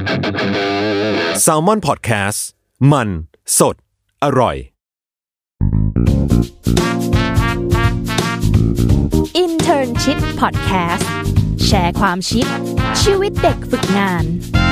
Salmon Podcast มันสดอร่อย Internship Podcast แชร์ความชิดชีวิตเด็กฝึกงาน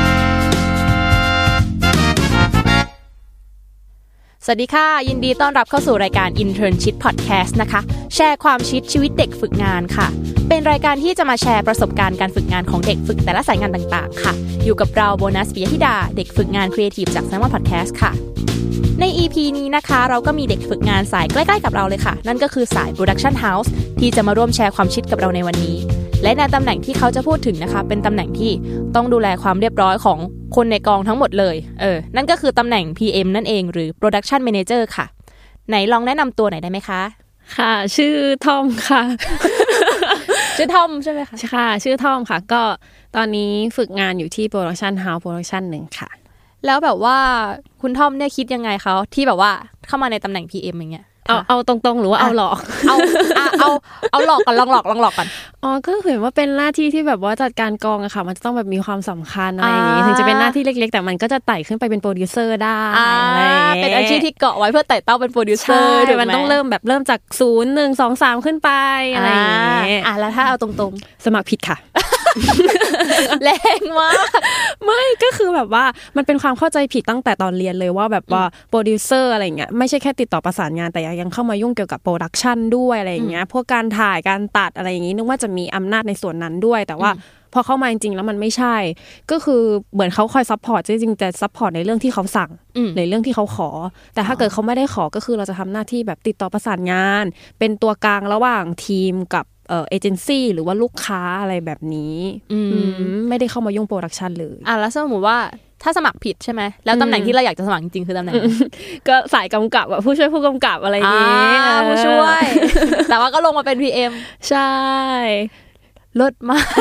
สวัสดีค่ะยินดีต้อนรับเข้าสู่รายการ Internship Podcast นะคะแชร์ความชิดชีวิตเด็กฝึกงานค่ะเป็นรายการที่จะมาแชร์ประสบการณ์การฝึกงานของเด็กฝึกแต่ละสายงานต่างๆค่ะอยู่กับเราโบนัสปิยธิดาเด็กฝึกงานครีเอทีฟจาก Salmon Podcast ค่ะใน EP นี้นะคะเราก็มีเด็กฝึกงานสายใกล้ๆกับเราเลยค่ะนั่นก็คือสาย Production House ที่จะมาร่วมแชร์ความชิดกับเราในวันนี้และในตำแหน่งที่เขาจะพูดถึงนะคะเป็นตำแหน่งที่ต้องดูแลความเรียบร้อยของคนในกองทั้งหมดเลยนั่นก็คือตำแหน่ง PM นั่นเองหรือ Production Manager ค่ะไหนลองแนะนำตัวหน่อยได้ไหมคะค่ะชื่อทอมค่ะชื่อทอมใช่ไหมคะค่ะชื่อทอมค่ะก็ตอนนี้ฝึกงานอยู่ที่ Production House Production 1ค่ะแล้วแบบว่าคุณทอมเนี่ยคิดยังไงเขาที่แบบว่าเข้ามาในตำแหน่ง PM อย่างเงี้ยเอาตรงๆหรือว่าเอาหลอกเอาหลอกก่อนลองหลอกก่อนอ๋อก็เห็นว่าเป็นหน้าที่ที่แบบว่าจัดการกองอะค่ะมันจะต้องแบบมีความสำคัญอะไรอย่างงี้ถึงจะเป็นหน้าที่เล็กๆแต่มันก็จะไต่ขึ้นไปเป็นโปรดิวเซอร์ได้อะไรเป็นอาชีพที่เกาะไว้เพื่อไต่เต้าเป็นโปรดิวเซอร์มันต้องเริ่มจาก0 1 2 3ขึ้นไปอะไรอย่างงี้แล้วถ้าเอาตรงๆสมัครผิดค่ะแรงมากไม่ก็คือแบบว่ามันเป็นความเข้าใจผิดตั้งแต่ตอนเรียนเลยว่าแบบว่าโปรดิวเซอร์อะไรเงี้ยไม่ใช่แค่ติดต่อประสานงานแต่ยังเข้ามายุ่งเกี่ยวกับโปรดักชันด้วยอะไรอย่างเงี้ยพวกการถ่ายการตัดอะไรอย่างงี้นึกว่าจะมีอำนาจในส่วนนั้นด้วยแต่ว่าพอเข้ามาจริงๆแล้วมันไม่ใช่ก็คือเหมือนเขาคอยซัพพอร์ตจริงๆแต่ซัพพอร์ตในเรื่องที่เขาสั่งในเรื่องที่เขาขอแต่ถ้าเกิดเขาไม่ได้ขอก็คือเราจะทำหน้าที่แบบติดต่อประสานงานเป็นตัวกลางระหว่างทีมกับเอเจนซี่หรือว่าลูกค้าอะไรแบบนี้ไม่ได้เข้ามายุ่งโปรดักชันเลยแล้วสมมติว่าถ้าสมัครผิดใช่ไหมแล้วตำแหน่งที่เราอยากจะสมัครจริงๆคือตำแหน่งก็สายกำกับผู้ช่วยผู้กำกับอะไรอย่างงี้ผู้ช่วยแต่ว่าก็ลงมาเป็น PM ใช่เลิศมาก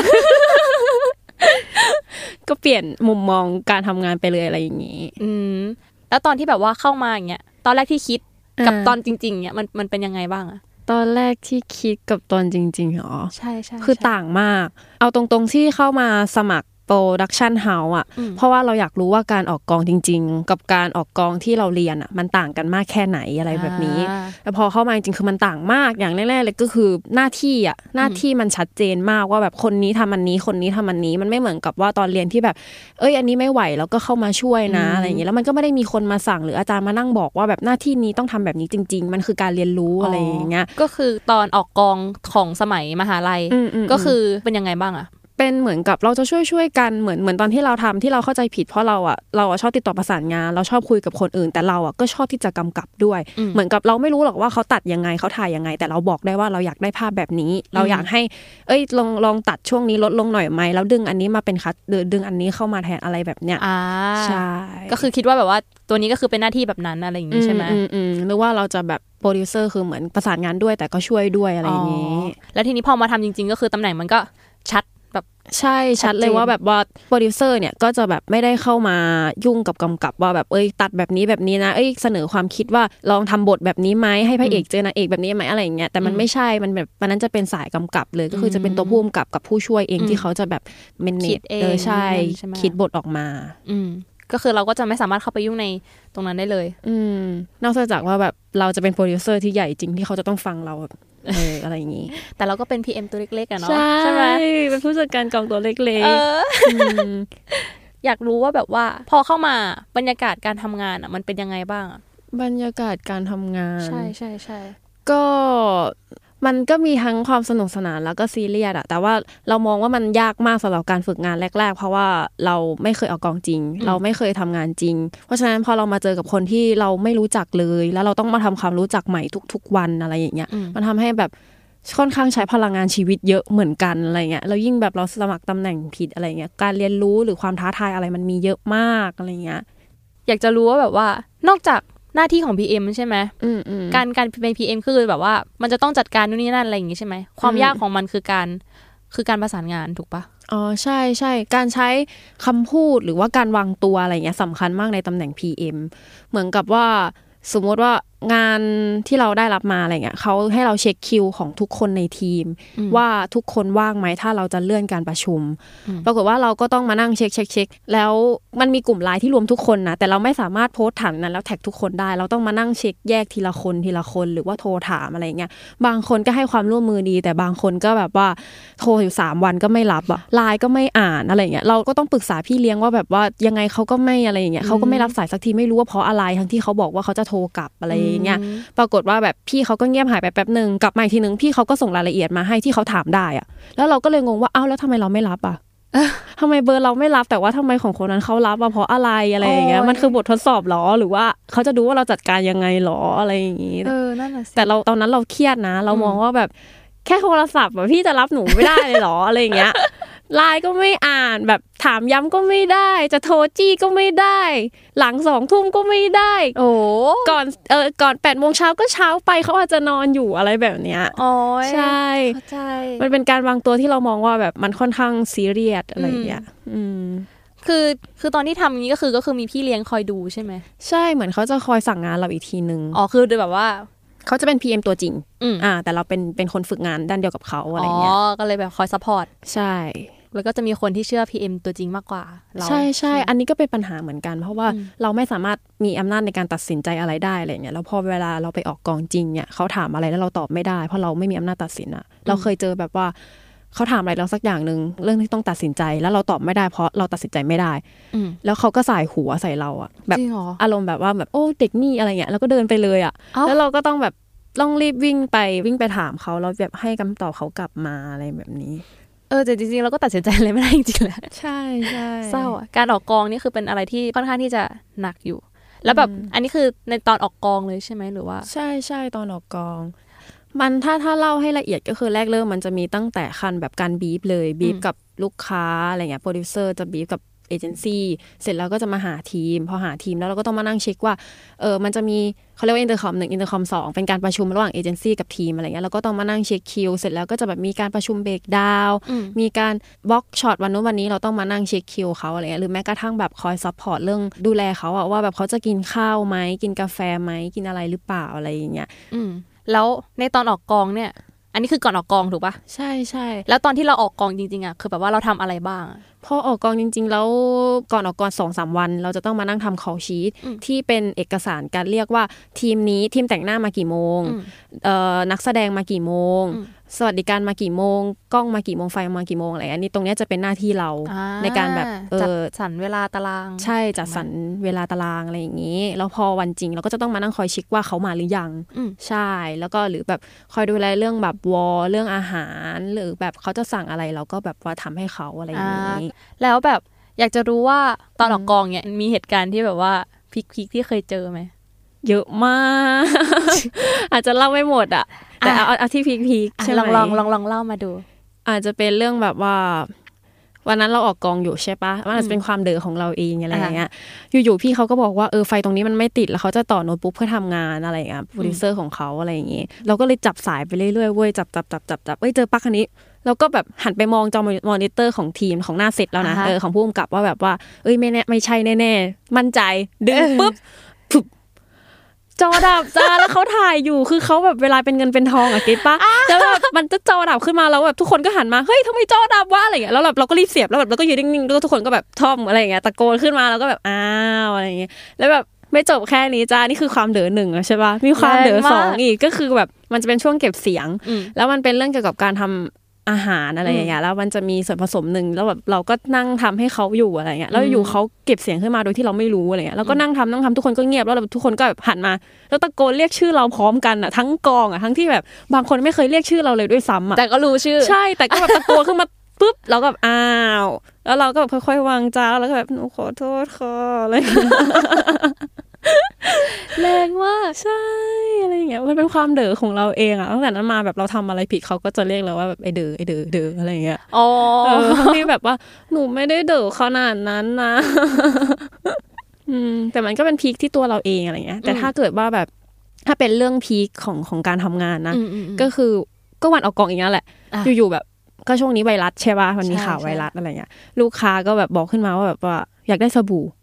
ก็เปลี่ยนมุมมองการทำงานไปเลยอะไรอย่างงี้แล้วตอนที่แบบว่าเข้ามาอย่างเงี้ยตอนแรกที่คิดกับตอนจริงๆเงี้ยมันเป็นยังไงบ้างอะตอนแรกที่คิดกับตอนจริงๆหรอใช่คือต่างมากเอาตรงๆที่เข้ามาสมัครโปรดักชันเฮาส์อ่ะเพราะว่าเราอยากรู้ว่าการออกกองจริงๆกับการออกกองที่เราเรียนอ่ะมันต่างกันมากแค่ไหนอะไรแบบนี้แต่พอเข้ามาจริงๆคือมันต่างมากอย่างแรกๆเลยก็คือหน้าที่มันชัดเจนมากว่าแบบคนนี้ทำอันนี้คนนี้ทำอันนี้มันไม่เหมือนกับว่าตอนเรียนที่แบบอันนี้ไม่ไหวแล้วก็เข้ามาช่วยนะอะไรอย่างเงี้ยแล้วมันก็ไม่ได้มีคนมาสั่งหรืออาจารย์มานั่งบอกว่าแบบหน้าที่นี้ต้องทำแบบนี้จริงๆมันคือการเรียนรู้อะไรอย่างเงี้ยก็คือตอนออกกองของสมัยมหาลัยก็คือเป็นยังไงบ้างอะเป็นเหมือนกับเราจะช่วยกันเหมือนตอนที่เราทำที่เราเข้าใจผิดเพราะเราชอบติดต่อประสานงานเราชอบคุยกับคนอื่นแต่เราก็ชอบที่จะกำกับด้วยเหมือนกับเราไม่รู้หรอกว่าเขาตัดยังไงเขาถ่ายยังไงแต่เราบอกได้ว่าเราอยากได้ภาพแบบนี้เราอยากให้ลองตัดช่วงนี้ลดลงหน่อยไหมแล้วดึงอันนี้มาเป็นคัทดึงอันนี้เข้ามาแทนอะไรแบบเนี้ยใช่ก็คือคิดว่าแบบว่าตัวนี้ก็คือเป็นหน้าที่แบบนั้นอะไรอย่างนี้ใช่ไหมหรือว่าเราจะแบบโปรดิวเซอร์คือเหมือนประสานงานด้วยแต่ก็ช่วยด้วยอะไรอย่างนี้แล้วทีนี้พอมาทำจริงๆก็คือตำแหน่งมันก็ชัดแบบใช่ชัดเลยว่าแบบว่าโปรดิวเซอร์เนี่ยก็จะแบบไม่ได้เข้ามายุ่งกับกำกับว่าแบบตัดแบบนี้นะเสนอความคิดว่าลองทำบทแบบนี้ไหมให้พระเอกเจอนางเอกแบบนี้ไหมอะไรอย่างเงี้ยแต่มันไม่ใช่มันแบบมันนั้นจะเป็นสายกำกับเลยก็คือจะเป็นตัวผู้กำกับกับผู้ช่วยเองที่เขาจะแบบเมนเนจใช่คิดบทออกมาก็คือเราก็จะไม่สามารถเข้าไปยุ่งในตรงนั้นได้เลยนอกจากว่าแบบเราจะเป็นโปรดิวเซอร์ที่ใหญ่จริงที่เขาจะต้องฟังเราอะไรอย่างนี้แต่เราก็เป็น PM ตัวเล็กๆอะเนาะใช่ไหมเป็นผู้จัดการกองตัวเล็กๆอยากรู้ว่าแบบว่าพอเข้ามาบรรยากาศการทำงานอะมันเป็นยังไงบ้างบรรยากาศการทำงานใช่ก็มันก็มีทั้งความสนุกสนานแล้วก็ซีเรียสอะแต่ว่าเรามองว่ามันยากมากสำหรับการฝึกงานแรกๆเพราะว่าเราไม่เคยออกกองจริงเราไม่เคยทำงานจริงเพราะฉะนั้นพอเรามาเจอกับคนที่เราไม่รู้จักเลยแล้วเราต้องมาทำความรู้จักใหม่ทุกๆวันอะไรอย่างเงี้ยมันทำให้แบบค่อนข้างใช้พลังงานชีวิตเยอะเหมือนกันอะไรเงี้ยแล้วยิ่งแบบเราสมัครตำแหน่งผิดอะไรเงี้ยการเรียนรู้หรือความท้าทายอะไรมันมีเยอะมากอะไรเงี้ยอยากจะรู้ว่าแบบว่านอกจากหน้าที่ของ PM ใช่ไหมการเป็น PM คือแบบว่ามันจะต้องจัดการนู่นนี่นั่นอะไรอย่างงี้ใช่ไหมความยากของมันคือการประสานงานถูกปะอ๋อใช่การใช้คำพูดหรือว่าการวางตัวอะไรเงี้ยสำคัญมากในตำแหน่ง PM เหมือนกับว่าสมมติว่างานที่เราได้รับมาอะไรเงี้ยเขาให้เราเช็คคิวของทุกคนในทีมว่าทุกคนว่างไหมถ้าเราจะเลื่อนการประชุมปรากฏว่าเราก็ต้องมานั่งเช็คแล้วมันมีกลุ่มไลน์ที่รวมทุกคนนะแต่เราไม่สามารถโพสต์ถามนั้นแล้วแท็กทุกคนได้เราต้องมานั่งเช็คแยกทีละคนหรือว่าโทรถามอะไรเงี้ยบางคนก็ให้ความร่วมมือดีแต่บางคนก็แบบว่าโทรอยู่3วันก็ไม่รับอ่ะไลน์ก็ไม่อ่านอะไรเงี้ยเราก็ต้องปรึกษาพี่เลี้ยงว่าแบบว่ายังไงเขาก็ไม่อะไรอย่างเงี้ยเขาก็ไม่รับสายสักทีไม่รู้ว่าเพราะอะไรทั้งที่เขาบอกว่าเขาจะโทรกลับอะไรอย่างเงี้ยปรากฏว่าแบบพี่เขาก็เงียบหายไปแป๊บนึงกลับมาอีกทีนึงพี่เขาก็ส่งรายละเอียดมาให้ที่เขาถามได้อ่ะแล้วเราก็เลยงงว่าอ้าวแล้วทำไมเราไม่รับอ่ะทำไมเบอร์เราไม่รับแต่ว่าทำไมของคนนั้นเขารับเพราะอะไรอย่างเงี้ยมันคือบททดสอบหรอหรือว่าเขาจะดูว่าเราจัดการยังไงหรออะไรอย่างงี้นั่นน่ะสิแต่เราตอนนั้นเราเครียดนะเรามองว่าแบบแค่โทรศัพท์พี่จะรับหนูไม่ได้เลยหรออะไรอย่างเงี้ยไลน์ก็ไม่อ่านแบบถามย้ำก็ไม่ได้จะโทรจี้ก็ไม่ได้หลัง20:00 นก็ไม่ได้ก่อน8 โมงเช้าก็เช้าไปเขาอาจจะนอนอยู่อะไรแบบเนี้ยใช่เข้าใจมันเป็นการวางตัวที่เรามองว่าแบบมันค่อนข้างซีเรียสอะไรอย่างเงี้ยคือตอนที่ทำอย่างนี้ก็คือมีพี่เลี้ยงคอยดูใช่ไหมใช่เหมือนเขาจะคอยสั่งงานเราอีกทีนึงคือแบบว่าเขาจะเป็น PM ตัวจริงแต่เราเป็นคนฝึกงานด้านเดียวกับเขาอะไรเงี้ยก็เลยแบบคอยซัพพอร์ตใช่แล้วก็จะมีคนที่เชื่อ PM ตัวจริงมากกว่าเราใช่อันนี้ก็เป็นปัญหาเหมือนกันเพราะว่าเราไม่สามารถมีอำนาจในการตัดสินใจอะไรได้อะไรเงี้ยแล้วพอเวลาเราไปออกกองจริงเนี่ยเขาถามอะไรแล้วเราตอบไม่ได้เพราะเราไม่มีอำนาจตัดสินอะเราเคยเจอแบบว่าเขาถามอะไรเราสักอย่างนึงเรื่องที่ต้องตัดสินใจแล้วเราตอบไม่ได้เพราะเราตัดสินใจไม่ได้แล้วเขาก็สายหัวใส่เราอะแบบอารมณ์แบบว่าแบบโอ้เด็กนี่อะไรเงี้ยแล้วก็เดินไปเลยอะแล้วเราก็ต้องแบบต้องรีบวิ่งไปถามเขาแล้วแบบให้คำตอบเขากลับมาอะไรแบบนี้แต่จริงๆเราก็ตัดสินใจอะไรไม่ได้จริงๆแหละใช่เศร้าการออกกองนี่คือเป็นอะไรที่ค่อนข้างที่จะหนักอยู่แล้วแบบอันนี้คือในตอนออกกองเลยใช่ไหมหรือว่าใช่ตอนออกกองมันถ้าเล่าให้ละเอียดก็คือแรกเริ่มมันจะมีตั้งแต่ขั้นแบบการบีฟเลยบีฟกับลูกค้าอะไรเงี้ยโปรดิวเซอร์จะบีฟกับเอเจนซี่เสร็จแล้วก็จะมาหาทีมพอหาทีมแล้วเราก็ต้องมานั่งเช็คว่ามันจะมีเขาเรียกว่าอินเตอร์คอม1อินเตอร์คอม2เป็นการประชุมระหว่างเอเจนซี่กับทีมอะไรเงี้ยเราก็ต้องมานั่งเช็คคิวเสร็จแล้วก็จะแบบมีการประชุมเบรกดาวน์มีการบล็อกช็อตวันนู้นวันนี้เราต้องมานั่งเช็คคิวเขาอะไรเงี้ยหรือแม้กระทั่งแบบคอยซัพพอร์ตเรื่องดูแลเขาอะว่าแบบเขาจะกินข้าวไหมกินกาแฟไหมกินอะไรหรือเปล่าอะไรอย่างเงี้ยแล้วในตอนออกกองเนี่ยอันนี้คือก่อนออกกองถูกปะใช่แล้วตอนที่เราออกกองจริงๆอ่ะคือแบบว่าเราทำอะไรบ้างพอออกกองจริงๆแล้วก่อนออกกอง 2-3 วันเราจะต้องมานั่งทำ call sheet ที่เป็นเอกสารการเรียกว่าทีมนี้ทีมแต่งหน้ามากี่โมงนักแสดงมากี่โมงสวัสดิการมากี่โมงกล้องมากี่โมงไฟมากี่โมงอะไรอันนี้ตรงนี้จะเป็นหน้าที่เราในการแบบจัดสรรเวลาตารางใช่จัดสรรเวลาตารางอะไรอย่างนี้แล้วพอวันจริงเราก็จะต้องมานั่งคอยเช็คว่าเขามาหรือยังใช่แล้วก็หรือแบบคอยดูแลเรื่องแบบเรื่องอาหารหรือแบบเขาจะสั่งอะไรเราก็แบบว่าทำให้เขาอะไรอย่างนี้แล้วแบบอยากจะรู้ว่าตอนออกกองเนี่ยมีเหตุการณ์ที่แบบว่าพีคที่เคยเจอไหมเยอะมาก อาจจะเล่าไม่หมดอ่ะแต่เอาที่พีคใช่ไหมลองเล่ามาดูอาจจะเป็นเรื่องแบบว่าวันนั้นเราออกกองอยู่ใช่ปะมันอาจจะเป็นความเด๋อของเราเองอะไรอย่างเงี้ยอยู่ๆพี่เขาก็บอกว่าไฟตรงนี้มันไม่ติดแล้วเขาจะต่อโน้ตบุ๊กเพื่อทำงานอะไรอย่างเงี้ยโปรดิวเซอร์ของเขาอะไรอย่างงี้เราก็เลยจับสายไปเรื่อยๆเว้ยจับเจอปลั๊กอันนี้เราก็แบบหันไปมองจอมอนิเตอร์ของทีมของหน้าเซตแล้วนะของผู้กำกับว่าแบบว่าไม่ใช่แน่ๆมั่นใจดึงปุ๊บจอดับจ้าแล้วเขาถ่ายอยู่คือเขาแบบเวลาเป็นเงินเป็นทองอะเก็ตปะแล้วแบบมันจะจอดับขึ้นมาแล้วแบบทุกคนก็หันมาเฮ้ยทำไมจอดับวะอะไรอย่างเงี้ยแล้วแบบเราก็รีบเสียบแล้วแบบเราก็ยืนนิ่งๆแล้วทุกคนก็แบบท่อมอะไรอย่างเงี้ยตะโกนขึ้นมาแล้วก็แบบอ้าวอะไรอย่างเงี้ยแล้วแบบไม่จบแค่นี้จ้านี่คือความเด๋อ1ใช่ปะมีความเด๋อ2อีกก็คือแบบมันจะเป็นช่วงเก็บเสียงแล้วมันเป็นเรื่องเกี่ยวกับการทำอาหารอะไรอย่างเงี้ยแล้วมันจะมีส่วนผสมนึงแล้วแบบเราก็นั่งทำให้เขาอยู่อะไรเงี้ยแล้วอยู่เขาเก็บเสียงขึ้นมาโดยที่เราไม่รู้อะไรเงี้ยแล้วก็นั่งทำทุกคนก็เงียบแล้วทุกคนก็แบบหันมาแล้วตะโกนเรียกชื่อเราพร้อมกันอ่ะทั้งกองอ่ะทั้งที่แบบบางคนไม่เคยเรียกชื่อเราเลยด้วยซ้ำอ่ะแต่ก็รู้ชื่อใช่แต่ก็แบบตะโกนขึ้นมาปุ๊บเราก็อ้าวแล้วเราก็แบบค่อยๆวางจานแล้วก็แบบหนูขอโทษค่ะอะไรแรงมากใช่อะไรอย่างเงี้ยมันเป็นความเด๋อของเราเองอ่ะตั้งแต่นั้นมาแบบเราทำอะไรผิดเขาก็จะเรียกเราว่าแบบไอเด๋ออะไรอย่างเงี้ยที่แบบว่าหนูไม่ได้เด๋อขนาดนั้นนะแต่มันก็เป็นพีคที่ตัวเราเองอะไรเงี้ยแต่ถ้าเกิดว่าแบบถ้าเป็นเรื่องพีคของการทำงานนะก็คือก็วันออกกองอีกนั่นแหละอยู่ๆแบบก็ช่วงนี้ไวรัสใช่ป่ะมันมีข่าวไวรัสอะไรเงี้ยลูกค้าก็แบบบอกขึ้นมาว่าแบบว่าอยากได้สบู่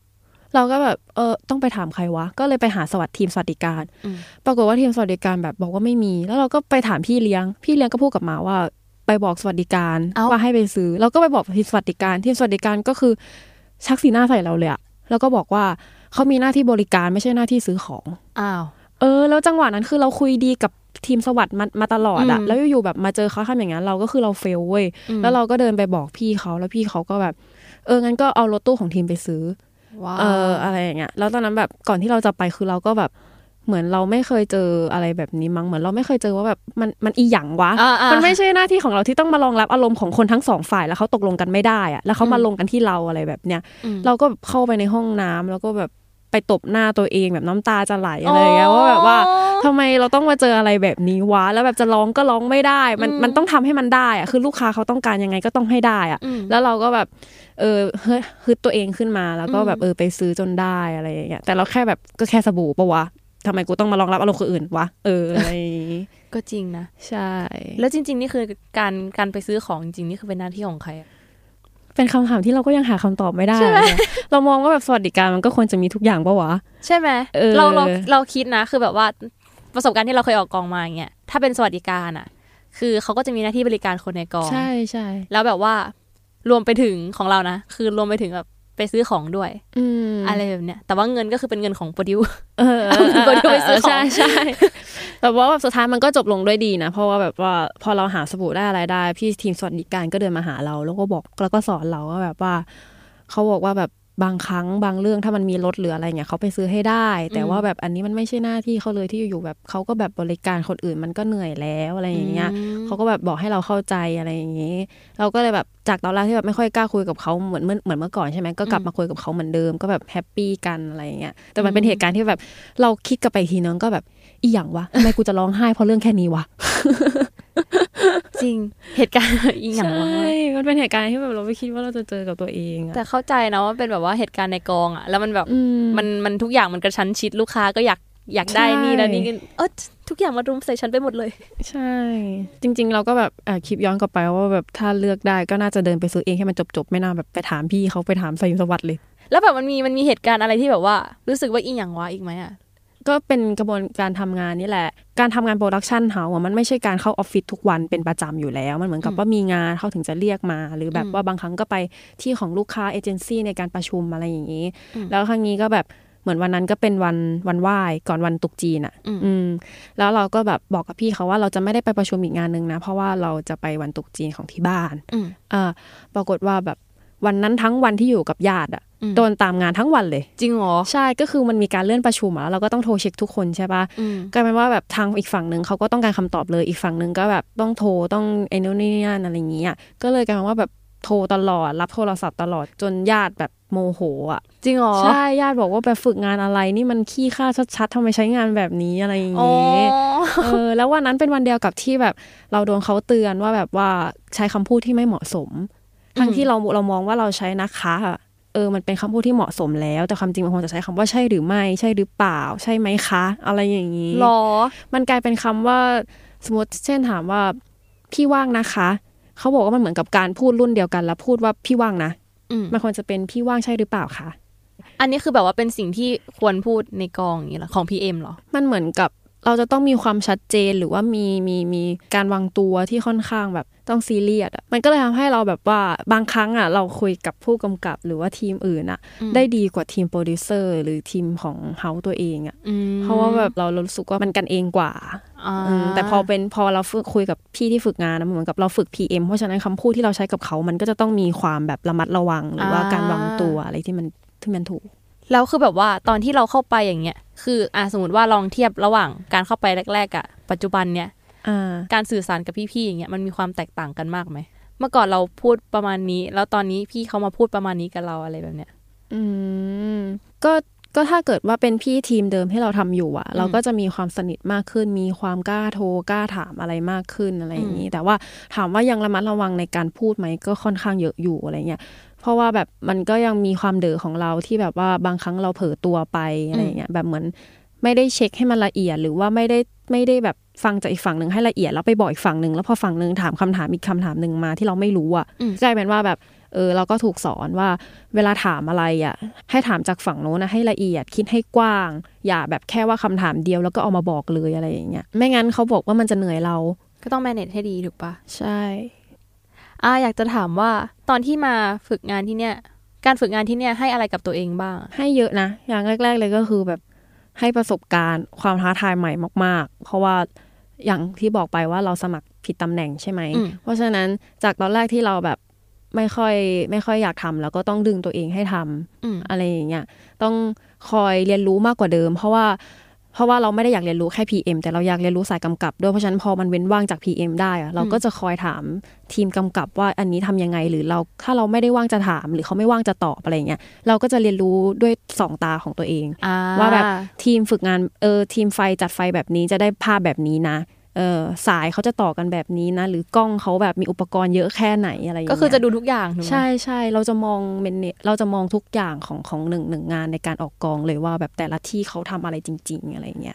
เราก็แบบต้องไปถามใครวะก็เลยไปหาทีมสวัสดิการปรากฏว่าทีมสวัสดิการแบบบอกว่าไม่มีแล้วเราก็ไปถามพี่เลี้ยงก็พูดกับมาว่าไปบอกสวัสดิการว่าให้ไปซื้อเราก็ไปบอกทีมสวัสดิการก็คือชักสีหน้าใส่เราเลยอะแล้วก็บอกว่าเขามีหน้าที่บริการไม่ใช่หน้าที่ซื้อของแล้วจังหวะนั้นคือเราคุยดีกับทีมสวัสดิ์มาตลอดอะแล้วอยู่ๆแบบมาเจอเขาทำอย่างนั้นเราก็คือเราเฟลเว้ยแล้วเราก็เดินไปบอกพี่เขาแล้วพี่เขาก็แบบงั้นก็เอารถตู้ของทีมไปซื้ออะไรอย่างเงี้ยแล้วตอนนั้นแบบก่อนที่เราจะไปคือเราก็แบบเหมือนเราไม่เคยเจออะไรแบบนี้มั้งเหมือนเราไม่เคยเจอว่าแบบมันอีหยังวะมันไม่ใช่หน้าที่ของเราที่ต้องมารองรับอารมณ์ของคนทั้งสองฝ่ายแล้วเขาตกลงกันไม่ได้อะแล้วเขามาลงกันที่เราอะไรแบบเนี้ยเราก็เข้าไปในห้องน้ำแล้วก็แบบไปตบหน้าตัวเองแบบน้ำตาจะไหลอะไรอย่างเงี้ยว่าแบบว่าทำไมเราต้องมาเจออะไรแบบนี้วะแล้วแบบจะร้องก็ร้องไม่ได้มันต้องทำให้มันได้อะคือลูกค้าเขาต้องการยังไงก็ต้องให้ได้อะแล้วเราก็แบบฮึดตัวเองขึ้นมาแล้วก็แบบไปซื้อจนได้อะไรอย่างเงี้ยแต่เราแค่แบบก็แค่สบู่ปะวะทำไมกูต้องมารองรับอารมณ์คนอื่นวะอะไรก็จริงนะใช่แล้วจริงๆนี่คือการไปซื้อของจริงๆนี่คือเป็นหน้าที่ของใครเป็นคำถามที่เราก็ยังหาคำตอบไม่ได้เรามองว่าแบบสวัสดิการมันก็ควรจะมีทุกอย่างปะวะใช่ไหมเราคิดนะคือแบบว่าประสบการณ์ที่เราเคยออกกองมาอย่างเงี้ยถ้าเป็นสวัสดิการอ่ะคือเขาก็จะมีหน้าที่บริการคนในกองใช่ใช่แล้วแบบว่ารวมไปถึงของเรานะคือรวมไปถึงแบบไปซื้อของด้วยอะไรแบบเนี้ยแต่ว่าเงินก็คือเป็นเงินของโปรดิวโปรดิวไปซื้อของใช่แต่ว่าแบบสุดท้ายมันก็จบลงด้วยดีนะเพราะว่าแบบว่าพอเราหาสบู่ได้อะไรได้พี่ทีมสวัสดิการก็เดินมาหาเราแล้วก็บอกแล้วก็สอนเราว่าแบบว่าเขาบอกว่าแบบบางครั้งบางเรื่องถ้ามันมีลดเหลืออะไรเงี้ยเขาไปซื้อให้ได้แต่ว่าแบบอันนี้มันไม่ใช่หน้าที่เขาเลยที่อยู่แบบเขาก็แบบบริการคนอื่นมันก็เหนื่อยแล้วอะไรอย่างเงี้ยเขาก็แบบบอกให้เราเข้าใจอะไรอย่างงี้เราก็เลยแบบจากตอนแรกที่แบบไม่ค่อยกล้าคุยกับเขาเหมือนเมื่อก่อนใช่ไหมก็กลับมาคุยกับเขาเหมือนเดิมก็แบบแฮปปี้กันอะไรอย่างเงี้ยแต่มันเป็นเหตุการณ์ที่แบบเราคิดกลับไปทีนึงก็แบบอีหยังวะทำไมกูจะร้องไห้เพราะเรื่องแค่นี้วะจริงเหตุการณ์อีหยังวะใช่มันเป็นเหตุการณ์ที่แบบเราไม่คิดว่าเราจะเจอกับตัวเองแต่เข้าใจนะว่าเป็นแบบว่าเหตุการณ์ในกองอ่ะแล้วมันแบบมันทุกอย่างมันกระชั้นชิดลูกค้าก็อยากได้นี่แล้วนี่ทุกอย่างมารุมใส่ฉันไปหมดเลยใช่จริงๆเราก็แบบคิดย้อนกลับไปว่าแบบถ้าเลือกได้ก็น่าจะเดินไปซื้อเองให้มันจบๆไม่น่าแบบไปถามพี่เขาไปถามสยุสวัสดิ์เลยแล้วแบบมันมีเหตุการณ์อะไรที่แบบว่ารู้สึกว่าอีหยังวะอีกไหมอ่ะก็เป็นกระบวนการทำงานนี่แหละการทำงานโปรดักชันเฮาส์มันไม่ใช่การเข้าออฟฟิศทุกวันเป็นประจำอยู่แล้วมันเหมือนกับว่ามีงานเขาถึงจะเรียกมาหรือแบบว่าบางครั้งก็ไปที่ของลูกค้าเอเจนซี่ในการประชุมอะไรอย่างนี้แล้วครั้งนี้ก็แบบเหมือนวันนั้นก็เป็นวันไหว้ก่อนวันตรุษจีนอ่ะแล้วเราก็แบบบอกกับพี่เขาว่าเราจะไม่ได้ไปประชุมอีกงานนึงนะเพราะว่าเราจะไปวันตรุษจีนของที่บ้านปรากฏว่าแบบวันนั้นทั้งวันที่อยู่กับญาติอ่ะโดนตามงานทั้งวันเลยจริงเหรอใช่ก็คือมันมีการเลื่อนประชุมแล้วเราก็ต้องโทรเช็คทุกคนใช่ป่ะกลายเป็นว่าแบบทางอีกฝั่งนึงเขาก็ต้องการคำตอบเลยอีกฝั่งนึงก็แบบต้องโทรต้องไอ้นู่นนี่นั่นอะไรอย่างเงี้ยก็เลยกลายเป็นว่าแบบโทรตลอดรับโทรศัพท์ตลอดจนญาติแบบโมโหอ่ะจริงเหรอใช่ญาติบอกว่าแบบฝึกงานอะไรนี่มันขี้ข้าชัดๆทำไมใช้งานแบบนี้อะไรอย่างเงี้ยแล้ววันนั้นเป็นวันเดียวกับที่แบบเราโดนเขาเตือนว่าแบบว่าใช้คำพูดที่ไม่เหมาะสมทั้งที่เรามองว่าเราใช้นะคะมันเป็นคำพูดที่เหมาะสมแล้วแต่ความจริงมันควรจะใช้คำว่าใช่หรือไม่ใช่หรือเปล่าใช่ไหมคะอะไรอย่างนี้หรอมันกลายเป็นคำว่าสมมติเช่นถามว่าพี่ว่างนะคะเขาบอกว่ามันเหมือนกับการพูดรุ่นเดียวกันแล้วพูดว่าพี่ว่างนะมันควรจะเป็นพี่ว่างใช่หรือเปล่าคะอันนี้คือแบบว่าเป็นสิ่งที่ควรพูดในกองอย่างนี้เหรอของ PM เหรอมันเหมือนกับเราจะต้องมีความชัดเจนหรือว่ามีการวางตัวที่ค่อนข้างแบบต้องซีเรียสอ่ะมันก็เลยทำให้เราแบบว่าบางครั้งอ่ะเราคุยกับผู้กำกับหรือว่าทีมอื่นอ่ะได้ดีกว่าทีมโปรดิวเซอร์หรือทีมของเฮาตัวเองอ่ะเพราะว่าแบบเรารู้สึกว่ามันกันเองกว่าแต่พอเราคุยกับพี่ที่ฝึกงานนะเหมือนกับเราฝึก PM เพราะฉะนั้นคำพูดที่เราใช้กับเขามันก็จะต้องมีความแบบระมัดระวังหรือว่าการวางตัวอะไรที่มันถูกแล้วคือแบบว่าตอนที่เราเข้าไปอย่างเงี้ยคือสมมติว่าลองเทียบระหว่างการเข้าไปแรกๆกับปัจจุบันเนี้ยการสื่อสารกับพี่ๆอย่างเงี้ยมันมีความแตกต่างกันมากไหมเมื่อก่อนเราพูดประมาณนี้แล้วตอนนี้พี่เขามาพูดประมาณนี้กับเราอะไรแบบเนี้ยก็ถ้าเกิดว่าเป็นพี่ทีมเดิมที่เราทำอยู่อ่ะเราก็จะมีความสนิทมากขึ้นมีความกล้าโทรกล้าถามอะไรมากขึ้นอะไรอย่างนี้แต่ว่าถามว่ายังระมัดระวังในการพูดไหมก็ค่อนข้างเยอะอยู่อะไรเงี้ยเพราะว่าแบบมันก็ยังมีความเด๋อของเราที่แบบว่าบางครั้งเราเผลอตัวไปอะไรเงี้ยแบบเหมือนไม่ได้เช็คให้มันละเอียดหรือว่าไม่ได้แบบฟังจากอีกฝั่งนึงให้ละเอียดแล้วไปบอกอีกฝั่งนึงแล้วพอฝั่งนึงถามคำถามอีกคำถามนึงมาที่เราไม่รู้อ่ะกลายเป็นว่าแบบเราก็ถูกสอนว่าเวลาถามอะไรอ่ะให้ถามจากฝั่งโน้นนะให้ละเอียดคิดให้กว้างอย่าแบบแค่ว่าคำถามเดียวแล้วก็เอามาบอกเลยอะไรอย่างเงี้ยไม่งั้นเขาบอกว่ามันจะเหนื่อยเราก็ต้อง manage ให้ดีถูกปะใช่อยากจะถามว่าตอนที่มาฝึกงานที่เนี่ยการฝึกงานที่เนี่ยให้อะไรกับตัวเองบ้างให้เยอะนะอย่างแรกๆเลยก็คือแบบให้ประสบการณ์ความท้าทายใหม่มากๆเพราะว่าอย่างที่บอกไปว่าเราสมัครผิดตำแหน่งใช่ไหมเพราะฉะนั้นจากตอนแรกที่เราแบบไม่ค่อยอยากทำแล้วก็ต้องดึงตัวเองให้ทำอะไรอย่างเงี้ยต้องคอยเรียนรู้มากกว่าเดิมเพราะว่าเราไม่ได้อยากเรียนรู้แค่ PM แต่เราอยากเรียนรู้สายกำกับด้วยเพราะฉะนั้นพอมันเว้นว่างจาก PM ได้อะเราก็จะคอยถามทีมกำกับว่าอันนี้ทำยังไงหรือเราถ้าเราไม่ได้ว่างจะถามหรือเขาไม่ว่างจะตอบอะไรเงี้ยเราก็จะเรียนรู้ด้วยสองตาของตัวเองว่าแบบทีมฝึกงานทีมไฟจัดไฟแบบนี้จะได้ภาพแบบนี้นะสายเขาจะต่อกันแบบนี้นะหรือกล้องเขาแบบมีอุปกรณ์เยอะแค่ไหนอะไรอย่างเงี้ยก็คือจะดูทุกอย่างถูกไหมใช่เราจะมองเราจะมองทุกอย่างของหนึ่งงานในการออกกองเลยว่าแบบแต่ละที่เขาทำอะไรจริงๆอะไรเงี้ย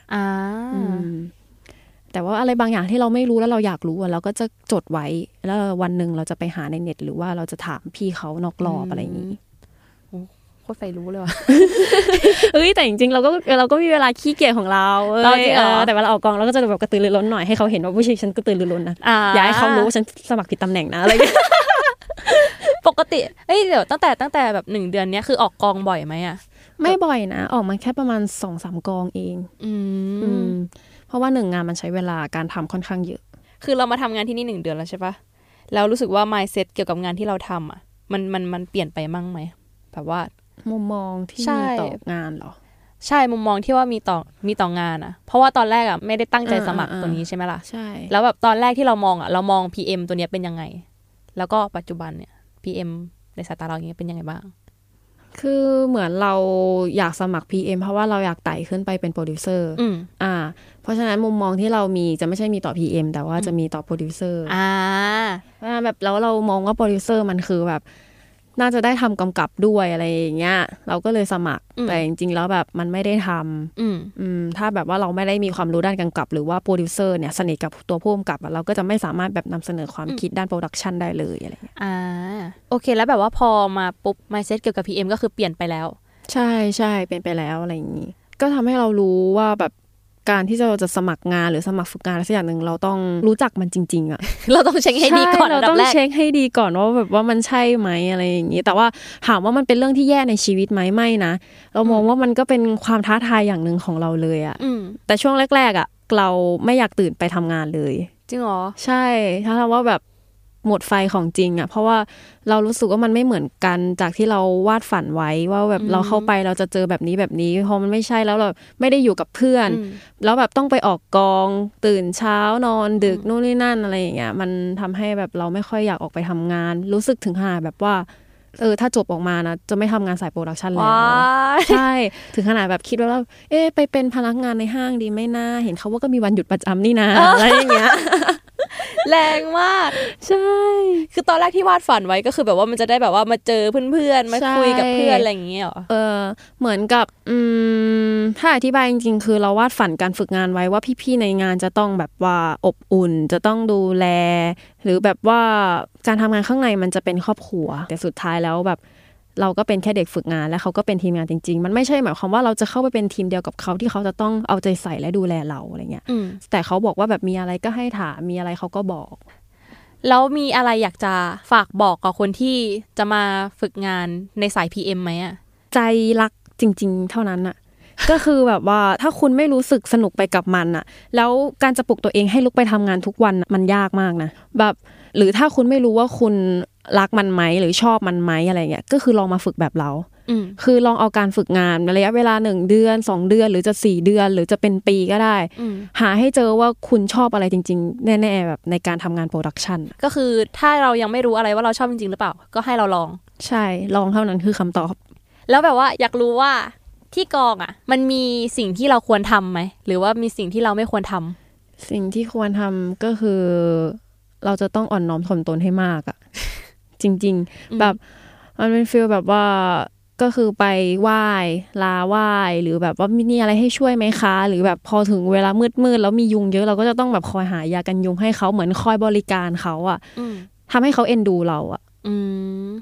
แต่ว่าอะไรบางอย่างที่เราไม่รู้แล้วเราอยากรู้เราก็จะจดไว้แล้ววันหนึ่งเราจะไปหาในเน็ตหรือว่าเราจะถามพี่เขานอกรอบอะไรอย่างนี้โคตรใฝ่รู้เลยว่ะแต่จริงๆเราก็มีเวลาขี้เกียจของเราแต่เวลาออกกองเราก็จะแบบกระตือรือร้นหน่อยให้เขาเห็นว่าผู้ชายฉันกระตือรือร้นนะอย่าให้เขารู้ว่าฉันสมัครผิดตำแหน่งนะอะไรอย่างเงี้ยปกติเดี๋ยวตั้งแต่แบบ1 เดือนเนี้ยคือออกกองบ่อยไหมอ่ะไม่บ่อยนะออกมาแค่ประมาณ 2-3 กองเองเพราะว่า1งานมันใช้เวลาการทำค่อนข้างเยอะคือเรามาทำงานที่นี่1 เดือนแล้วใช่ปะแล้วรู้สึกว่า mindset เกี่ยวกับงานที่เราทำอ่ะมันเปลี่ยนไปมั่งไหมแบบว่ามุมมองที่มีต่องานเหรอใช่มุมมองที่ว่ามีต่องานอ่ะเพราะว่าตอนแรกอ่ะไม่ได้ตั้งใจสมัครตัวนี้ใช่ไหมล่ะใช่แล้วแบบตอนแรกที่เรามองอ่ะเรามอง PM ตัวเนี้ยเป็นยังไงแล้วก็ปัจจุบันเนี่ย PM ในสายตาเราอย่างเงี้ยเป็นยังไงบ้างคือเหมือนเราอยากสมัคร PM เพราะว่าเราอยากไต่ขึ้นไปเป็นโปรดิวเซอร์เพราะฉะนั้นมุมมองที่เรามีจะไม่ใช่มีต่อ PM แต่ว่าจะมีต่อโปรดิวเซอร์แบบแล้วเรามองว่าโปรดิวเซอร์มันคือแบบน่าจะได้ทำกำกับด้วยอะไรอย่างเงี้ยเราก็เลยสมัครแต่จริงๆแล้วแบบมันไม่ได้ทำถ้าแบบว่าเราไม่ได้มีความรู้ด้านกำกับหรือว่าโปรดิวเซอร์เนี่ยสนิทกับตัวผู้กำกับเราก็จะไม่สามารถแบบนำเสนอความคิดด้านโปรดักชันได้เลยอะไรเงี้ยโอเคแล้วแบบว่าพอมาปุ๊บ mindset เกี่ยวกับ PM ก็คือเปลี่ยนไปแล้วใช่เปลี่ยนไปแล้วอะไรอย่างงี้ก็ทำให้เรารู้ว่าแบบการที่เราจะสมัครงานหรือสมัครฝึกงานอะไรสักอย่างนึงเราต้องรู้จักมันจริงๆอ่ะเราต้องเช็คให้ดีก่อนเราต้องเช็คให้ดีก่อนว่าแบบว่ามันใช่ไหมอะไรอย่างงี้แต่ว่าถามว่ามันเป็นเรื่องที่แย่ในชีวิตไหมไม่นะเรามองว่ามันก็เป็นความท้าทายอย่างนึงของเราเลยอ่ะแต่ช่วงแรกๆอ่ะเราไม่อยากตื่นไปทำงานเลยจริงเหรอใช่ถ้าเราว่าแบบหมดไฟของจริงอ่ะเพราะว่าเรารู้สึกว่ามันไม่เหมือนกันจากที่เราวาดฝันไว้ว่าแบบเราเข้าไปเราจะเจอแบบนี้พอมันไม่ใช่แล้วเราไม่ได้อยู่กับเพื่อนแล้วแบบต้องไปออกกองตื่นเช้านอนดึกนู่นนี่นั่นอะไรอย่างเงี้ยมันทำให้แบบเราไม่ค่อยอยากออกไปทำงานรู้สึกถึงขนาดแบบว่าถ้าจบออกมานะจะไม่ทำงานสายโปรดักชันแล้วใช่ถึงขนาดแบบคิดว่าไปเป็นพนักงานในห้างดีไหมนะเห็นเขาว่าก็มีวันหยุดประจำนี่นะอะไรอย่างเงี้ยแรงมากใช่คือตอนแรกที่วาดฝันไว้ก็คือแบบว่ามันจะได้แบบว่ามาเจอเพื่อนๆมาคุยกับเพื่อนอะไรอย่างเงี้ยหรอเหมือนกับถ้าอธิบายจริงๆคือเราวาดฝันการฝึกงานไว้ว่าพี่ๆในงานจะต้องแบบว่าอบอุ่นจะต้องดูแลหรือแบบว่าการทำงานข้างในมันจะเป็นครอบครัวแต่สุดท้ายแล้วแบบเราก็เป็นแค่เด็กฝึกงานและเขาก็เป็นทีมงานจริงๆมันไม่ใช่หมายความว่าเราจะเข้าไปเป็นทีมเดียวกับเขาที่เขาจะต้องเอาใจใส่และดูแลเราอะไรเงี้ยแต่เขาบอกว่าแบบมีอะไรก็ให้ถามมีอะไรเขาก็บอกแล้วมีอะไรอยากจะฝากบอกกับคนที่จะมาฝึกงานในสาย PM ไหมอะใจรักจริงๆเท่านั้นอะก็คือแบบว่าถ้าคุณไม่รู้สึกสนุกไปกับมันอะแล้วการจะปลุกตัวเองให้ลุกไปทำงานทุกวันมันยากมากนะแบบหรือถ้าคุณไม่รู้ว่าคุณรักมันไหมหรือชอบมันไหมอะไรเงี้ยก็คือลองมาฝึกแบบเราคือลองเอาการฝึกงานระยะเวลา1 เดือน2 เดือนหรือจะ4 เดือนหรือจะเป็นปีก็ได้หาให้เจอว่าคุณชอบอะไรจริงๆแน่ๆแบบในการทำงานโปรดักชันก็คือถ้าเรายังไม่รู้อะไรว่าเราชอบจริงๆหรือเปล่าก็ให้เราลองใช่ลองเท่านั้นคือคำตอบแล้วแบบว่าอยากรู้ว่าที่กองอ่ะมันมีสิ่งที่เราควรทำไหมหรือว่ามีสิ่งที่เราไม่ควรทำสิ่งที่ควรทำก็คือเราจะต้องอ่อนน้อมถ่อมตนให้มากอ่ะจริงๆแบบมันเป็นฟีลแบบว่าก็คือไปไหว้ลาไหว้หรือแบบว่ามีอะไรให้ช่วยไหมคะหรือแบบพอถึงเวลามืดๆแล้วมียุงเยอะเราก็จะต้องแบบคอยหายากันยุงให้เขาเหมือนคอยบริการเขาอ่ะทำให้เขาเอ็นดูเราอ่ะ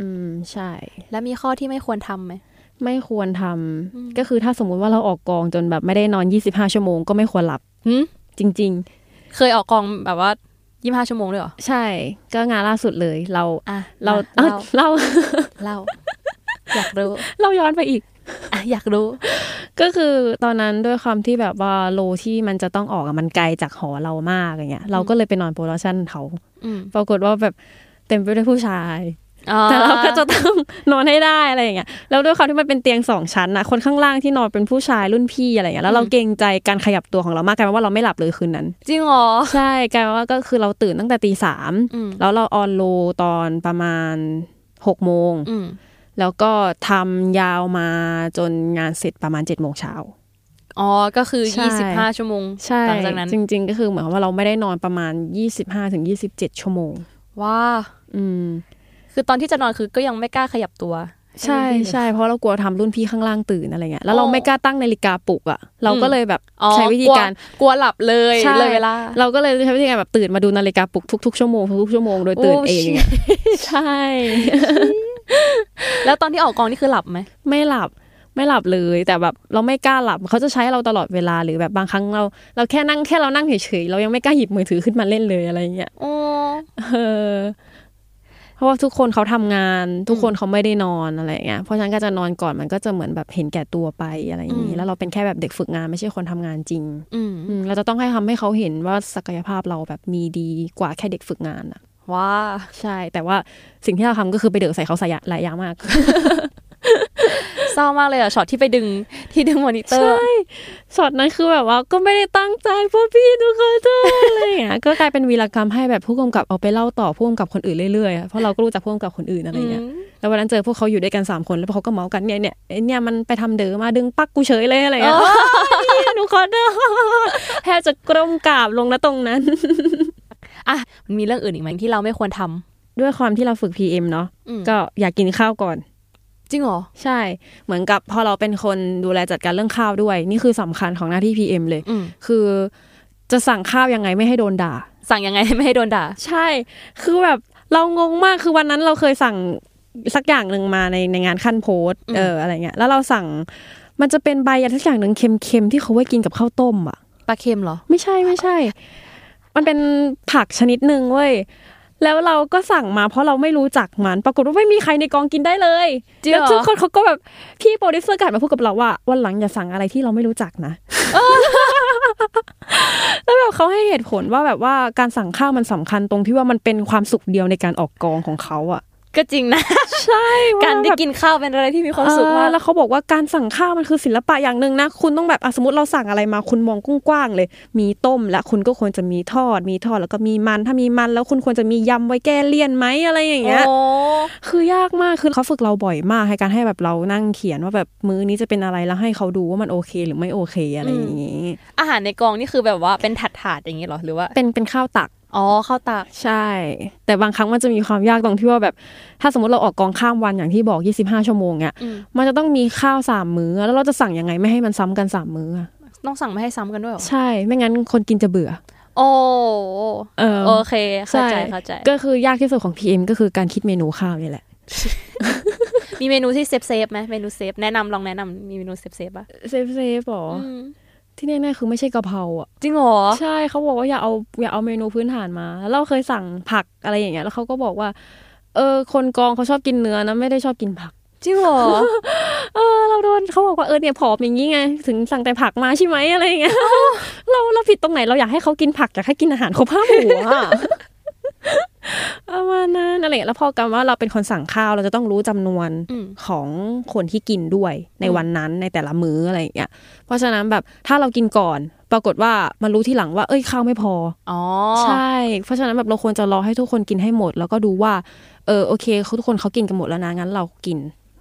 ใช่แล้วมีข้อที่ไม่ควรทำไหมไม่ควรทำก็คือถ้าสมมุติว่าเราออกกองจนแบบไม่ได้นอน25ชั่วโมงก็ไม่ควรหลับจริงๆเคยออกกองแบบว่า25ชั่วโมงด้วยเหรอใช่ก็งานล่าสุดเลยเราอยากรู้เราย้อนไปอีกอยากรู้ก็คือตอนนั้นด้วยความที่แบบว่าโลที่มันจะต้องออกมันไกลจากหอเรามากอย่างเงี้ยเราก็เลยไปนอนโปรดักชั่นเขาปรากฏว่าแบบเต็มไปด้วยผู้ชายแต่เราก็จะต้องนอนให้ได้อะไรอย่างเงี้ยแล้วด้วยความที่มันเป็นเตียง2ชั้นนะคนข้างล่างที่นอนเป็นผู้ชายรุ่นพี่อะไรอย่างเงี้ยแล้วเราเกรงใจการขยับตัวของเรามากกลายเป็นว่าเราไม่หลับเลยคืนนั้นจริงเหรอใช่กลายเป็นว่าก็คือเราตื่นตั้งแต่ 3:00 นแล้วเราออนโลตอนประมาณ 6:00 นแล้วก็ทำยาวมาจนงานเสร็จประมาณ 7:00 นเช้าอ๋อก็คือ25ชั่วโมงหลังจากนั้นจริงๆก็คือเหมือนว่าเราไม่ได้นอนประมาณ 25-27 ชั่วโมงว้าคือตอนที่จะนอนคือก็ยังไม่กล้าขยับตัวใช่ใช่เพราะเรากลัวทำรุ่นพี่ข้างล่างตื่นอะไรเงี้ยแล้วเราไม่กล้าตั้งนาฬิกาปลุกอ่ะเราก็เลยแบบใช้วิธีการกลัวหลับเลยเวลาเราก็เลยใช้วิธีการแบบตื่นมาดูนาฬิกาปลุกทุกๆชั่วโมงทุกๆชั่วโมงโดยตื่นเองใช่แล้วตอนที่ออกกองนี่คือหลับไหมไม่หลับเลยแต่แบบเราไม่กล้าหลับเขาจะใช้เราตลอดเวลาหรือแบบบางครั้งเราแค่เรานั่งเฉยๆเรายังไม่กล้าหยิบมือถือขึ้นมาเล่นเลยอะไรเงี้ยเพราะว่าทุกคนเขาทำงานทุกคนเขาไม่ได้นอนอะไรเงี้ยเพราะฉะนั้นก็จะนอนก่อนมันก็จะเหมือนแบบเห็นแก่ตัวไปอะไรอย่างนี้แล้วเราเป็นแค่แบบเด็กฝึกงานไม่ใช่คนทำงานจริงเราจะต้องทำให้เขาเห็นว่าศักยภาพเราแบบมีดีกว่าแค่เด็กฝึกงานอะว้าใช่แต่ว่าสิ่งที่เราทำก็คือไปเดือดใส่เขาหลายอย่างมากเศร้ามากเลยอ่ะช็อตที่ไปดึงมอนิเตอร์ใช่ช็อตนั้นคือแบบว่าก็ไม่ได้ตั้งใจพวกพี่ทุกคนอะไรอย่างเงี้ยก็กลายเป็นวีรกรรมให้แบบผู้กำกับเอาไปเล่าต่อผู้กำกับคนอื่นเรื่อยๆเพราะเราก็รู้จักผู้กำกับคนอื่นอะไรเงี้ยแล้ววันนั้นเจอพวกเขาอยู่ด้วยกัน3คนแล้วเขาก็เมากันเนี่ยมันไปทำเด๋อมาดึงปักกูเฉยเลยอะไรเงี้ยหนูขอโทษแทบจะกรมกราบลงนะตรงนั้นอ่ะมันมีเรื่องอื่นอีกไหมที่เราไม่ควรทำด้วยความที่เราฝึก PM เนาะก็อยากกินข้าวก่อนจริงเหรอใช่เหมือนกับพอเราเป็นคนดูแลจัดการเรื่องข้าวด้วยนี่คือสำคัญของหน้าที่ PM เลยคือจะสั่งข้าวยังไงไม่ให้โดนด่าสั่งยังไงไม่ให้โดนด่าใช่คือแบบเรางงมากคือวันนั้นเราเคยสั่งสักอย่างนึงมาในงานขั้นโพสอะไรเงี้ยแล้วเราสั่งมันจะเป็นใบอะไรสักอย่างนึงเค็มๆที่เขาไว้กินกับข้าวต้มอ่ะปลาเค็มเหรอไม่ใช่มันเป็นผักชนิดนึงเว้ยแล้วเราก็สั่งมาเพราะเราไม่รู้จักมันปรากฏว่าไม่มีใครในกองกินได้เลยแล้วทุกคนเขาก็แบบพี่โปรดิวเซอร์กลับมาพูดกับเราว่าวันหลังอย่าสั่งอะไรที่เราไม่รู้จักนะแล้วแบบเขาให้เหตุผลว่าแบบว่าการสั่งข้าวมันสำคัญตรงที่ว่ามันเป็นความสุขเดียวในการออกกองของเขาอ่ะก็จริงนะใช่การได้กินข้าวเป็นอะไรที่มีความสุขมากแล้วเขาบอกว่าการสั่งข้าวมันคือศิลปะอย่างนึงนะคุณต้องแบบสมมติเราสั่งอะไรมาคุณมองกว้างๆเลยมีต้มและคุณก็ควรจะมีทอดแล้วก็มีมันถ้ามีมันแล้วคุณควรจะมียำไว้แก้เลี่ยนไหมอะไรอย่างเงี้ยคือยากมากคือเขาฝึกเราบ่อยมากให้การให้แบบเรานั่งเขียนว่าแบบมื้อนี้จะเป็นอะไรแล้วให้เขาดูว่ามันโอเคหรือไม่โอเคอะไรอย่างงี้อาหารในกองนี่คือแบบว่าเป็นถาดอย่างงี้หรอหรือว่าเป็นข้าวตักข้าวตากใช่แต่บางครั้งมันจะมีความยากตรงที่ว่าแบบถ้าสมมติเราออกกองข้ามวันอย่างที่บอก25ชั่วโมงเนี่ยมันจะต้องมีข้าว3มื้อแล้วเราจะสั่งยังไงไม่ให้มันซ้ำกัน3มื้อต้องสั่งไม่ให้ซ้ำกันด้วยหรอใช่ไม่งั้นคนกินจะเบื่อโอเคเข้าใจก็คือยากที่สุดของ PM ก็คือการคิดเมนูข้าวนี่แหละมีเมนูที่เซฟไหมเมนูเซฟลองแนะนำมีเมนูเซฟป่ะเซฟหรอที่แน่ๆคือไม่ใช่กะเพราอ่ะจริงเหรอใช่เขาบอกว่าอย่าเอาเมนูพื้นฐานมาแล้วเราเคยสั่งผักอะไรอย่างเงี้ยแล้วเขาก็บอกว่าคนกองเขาชอบกินเนื้อนะไม่ได้ชอบกินผักจริงเหรอเราโดนเขาบอกว่าเนี่ยผอมอย่างงี้ไงถึงสั่งแต่ผักมาใช่ไหมอะไรอย่างเงี้ยเราผิดตรงไหนเราอยากให้เขากินผักอยากให้กินอาหารครบ5 หมู่อ่ะประมาณนั้นอะไรแล้วพอกันว่าเราเป็นคนสั่งข้าวเราจะต้องรู้จำนวนของคนที่กินด้วยในวันนั้นในแต่ละมื้ออะไรอย่างเงี้ยเพราะฉะนั้นแบบถ้าเรากินก่อนปรากฏว่ามารู้ทีหลังว่าข้าวไม่พอใช่เพราะฉะนั้นแบบเราควรจะรอให้ทุกคนกินให้หมดแล้วก็ดูว่าโอเคทุกคนเขากินกันหมดแล้วนะงั้นเรากิน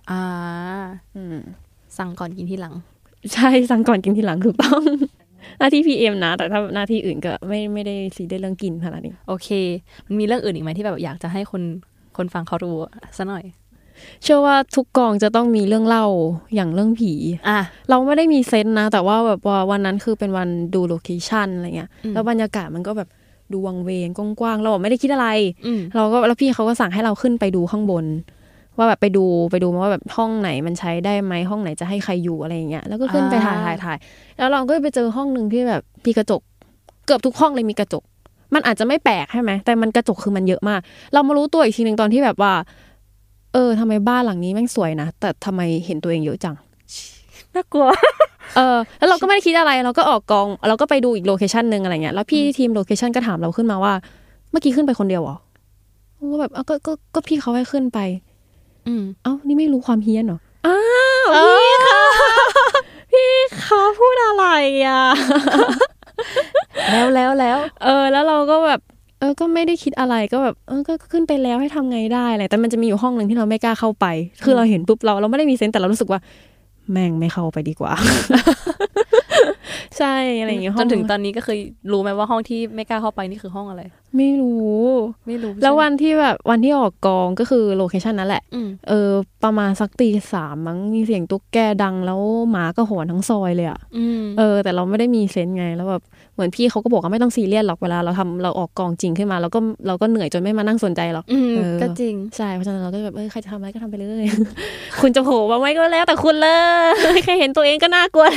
สั่งก่อนกินทีหลังใช่สั่งก่อนกินทีหลังถูกต้องหน้าที่ PM นะแต่ถ้าหน้าที่อื่นก็ไม่ได้ซีเรียสเรื่องกินขนาดนี้โอเคมันมีเรื่องอื่นอีกไหมที่แบบอยากจะให้คนฟังเขารู้ซะหน่อยเชื่อว่าทุกกองจะต้องมีเรื่องเล่าอย่างเรื่องผีเราไม่ได้มีเซนส์นะแต่ว่าแบบว่าวันนั้นคือเป็นวันดูโลเคชั่นอะไรเงี้ยแล้วบรรยากาศมันก็แบบดูวังเวงกว้างๆเราไม่ได้คิดอะไรเราก็แล้วพี่เขาก็สั่งให้เราขึ้นไปดูข้างบนว่าแบบไปดูมาว่าแบบห้องไหนมันใช้ได้ไหมห้องไหนจะให้ใครอยู่อะไรอย่างเงี้ยแล้วก็ขึ้นไปถ่ายแล้วเราก็ไปเจอห้องนึงที่แบบมีกระจกเกือบทุกห้องเลยมีกระจกมันอาจจะไม่แปลกใช่ไหมแต่มันกระจกคือมันเยอะมากเรามารู้ตัวอีกทีนึงตอนที่แบบว่าทำไมบ้านหลังนี้แม่งสวยนะแต่ทำไมเห็นตัวเองเยอะจังน่ากลัวแล้วเราก็ไม่ได้คิดอะไรเราก็ออกกองเราก็ไปดูอีกโลเคชั่นนึงอะไรเงี้ยแล้วพี่ทีมโลเคชั่นก็ถามเราขึ้นมาว่าเมื่อกี้ขึ้นไปคนเดียวเหรอก็แบบก็พี่เขาให้ขึ้นไปเอ้านี่ไม่รู้ความเฮี้ยนเหรออ้าวพี่เขาพูดอะไรอ่ะแล้วแล้วเราก็แบบก็ไม่ได้คิดอะไรก็แบบก็ขึ้นไปแล้วให้ทำไงได้อะไรแต่มันจะมีอยู่ห้องนึงที่เราไม่กล้าเข้าไปคือเราเห็นปุ๊บเราไม่ได้มีเซนส์แต่เรารู้สึกว่าแม่งไม่เข้าไปดีกว่าใช่อะไรอย่างเงี้ยจนถึงตอนนี้ก็เคยรู้ไหมว่าห้องที่ไม่กล้าเข้าไปนี่คือห้องอะไรไม่รู้แล้ววันที่ออกกองก็คือโลเคชั่นนั้นแหละประมาณสัก 3:00 มั้งมีเสียงตุ๊กแกดังแล้วหมาก็หอนทั้งซอยเลยอ่ะแต่เราไม่ได้มีเซนส์ไงแล้วแบบเหมือนพี่เขาก็บอกว่าไม่ต้องซีเรียสหรอกเวลาเราออกกองจริงขึ้นมาเราก็เหนื่อยจนไม่มานั่งสนใจหรอกก็จริงใช่เพราะฉะนั้นเราก็แบบใครจะทำอะไรก็ทำไปเลย คุณจะโผล่มาไหมก็แล้วแต่คุณเลยแค่เห็นตัวเองก็น่ากลัว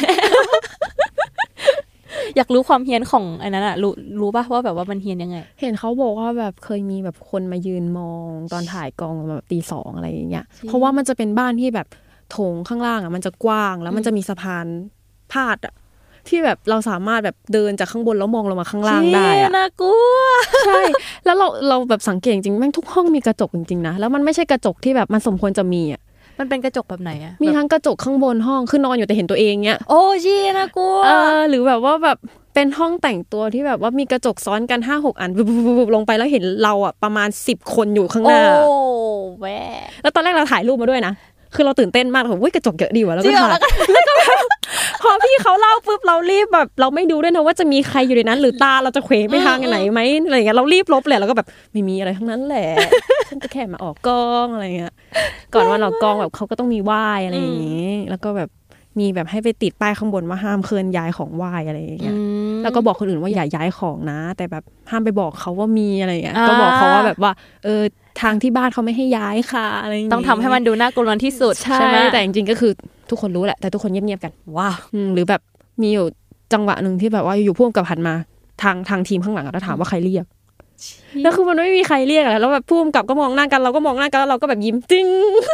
อยากรู้ความเฮี้ยนของไอ้นั้นอ่ะรู้ป่ะว่าแบบว่ามันเฮี้ยนยังไงเห็นเขาบอกว่าแบบเคยมีแบบคนมายืนมองตอนถ่ายกองแบบ 2:00 อะไรอย่างเงี้ยเพราะว่ามันจะเป็นบ้านที่แบบโถงข้างล่างอ่ะมันจะกว้างแล้วมันจะมีสะพานพาดอ่ะที่แบบเราสามารถแบบเดินจากข้างบนแล้วมองลงมาข้างล่างได้อ่ะน่ากลัวใช่แล้วเราแบบสังเกตจริงๆแม่งทุกห้องมีกระจกจริงๆนะแล้วมันไม่ใช่กระจกที่แบบมันสมควรจะมีอ่ะมันเป็นกระจกแบบไหนอ่ะมีทั้งกระจกข้างบนห้องคือนอนอยู่แต่เห็นตัวเองเงี้ยโอ้ชี้น่ากลัวหรือแบบว่าแบบเป็นห้องแต่งตัวที่แบบว่ามีกระจกซ้อนกัน 5-6 อันลงไปแล้วเห็นเราอ่ะประมาณ10คนอยู่ข้างหน้าโอ้แว่แล้วตอนแรกเราถ่ายรูปมาด้วยนะคือเราตื่นเต้นมากแบบกระจกเยอะดีว่ะแล้วก็ถ่ายแล้วก็พอพี่เขาเล่าปุ๊บเรารีบแบบเราไม่ดูด้วยนะว่าจะมีใครอยู่ในนั้นหรือตาเราจะเขวไปทางไหนไหมอะไรเงี้ยเรารีบลบเลยแล้วก็แบบไม่มีอะไรทั้งนั้นแหละฉันจะแค่มาออกกองอะไรเงี้ยก่อนวันออกกองแบบเขาก็ต้องมีไหว้อะไรอย่างงี้แล้วก็แบบมีแบบให้ไปติดป้ายข้างบนว่าห้ามเคลื่อนย้ายของไหว้อะไรอย่างเงี้ยแล้วก็บอกคนอื่นว่าอย่าย้ายของนะแต่แบบห้ามไปบอกเขาว่ามีอะไรเงี้ยก็บอกเขาว่าแบบว่าทางที่บ้านเขาไม่ให้ย้ายค่ะอะไรอย่างเงี้ยต้องทำให้มันดูน่ากลัวที่สุดใช่ไหมแต่จริงๆก็คือทุกคนรู้แหละแต่ทุกคนเงียบๆกันว้าวหรือแบบมีอยู่จังหวะนึงที่แบบว่าอยู่พ่วงกับหันมาทางทีมข้างหลังแล้วถามว่าใครเรียกแล้วคือมันไม่มีใครเรียกแล้วแบบพ่วงกับก็มองหน้ากันเราก็มองหน้ากันแล้วเราก็แบบยิ้มจึ้ง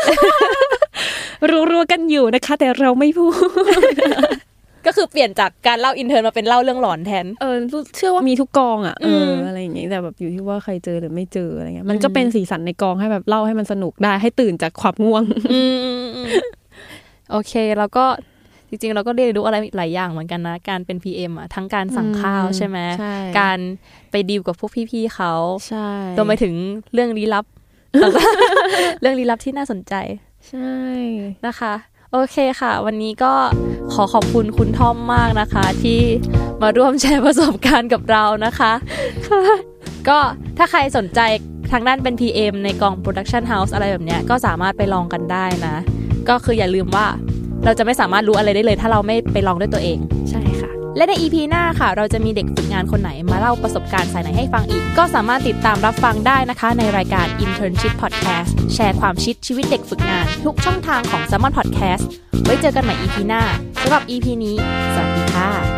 รู้ๆกันอยู่นะคะแต่เราไม่พูดก็คือเปลี่ยนจากการเล่าอินเทิร์นมาเป็นเล่าเรื่องหลอนแทนเชื่อว่ามีทุกกองอ่ะอะไรอย่างเงี้ยแต่แบบอยู่ที่ว่าใครเจอหรือไม่เจออะไรเงี้ยมันก็เป็นสีสันในกองให้แบบเล่าให้มันสนุกได้ให้ตื่นจากความง่วงโอเคแล้วก็จริงๆเราก็เรียนรู้อะไรหลายอย่างเหมือนกันนะการเป็น PM อ่ะทั้งการสั่งข้าวใช่ไหมการไปดีลกับพวกพี่ๆเขารวมไปถึงเรื่องลี้ลับ เรื่องลี้ลับที่น่าสนใจใช่นะคะโอเคค่ะวันนี้ก็ขอบคุณคุณทอมมากนะคะที่มาร่วมแชร์ประสบการณ์กับเรานะคะก็ถ้าใครสนใจทางด้านเป็น PM ในกอง Production House อะไรแบบเนี้ยก็สามารถไปลองกันได้นะก็คืออย่าลืมว่าเราจะไม่สามารถรู้อะไรได้เลยถ้าเราไม่ไปลองด้วยตัวเองใช่ค่ะและใน EP หน้าค่ะเราจะมีเด็กฝึกงานคนไหนมาเล่าประสบการณ์สายไหนให้ฟังอีกก็สามารถติดตามรับฟังได้นะคะในรายการ Internship Podcast แชร์ความชิดชีวิตเด็กฝึกงานทุกช่องทางของ Salmon Podcast ไว้เจอกันใหม่ EP หน้าสำหรับ EP นี้สวัสดีค่ะ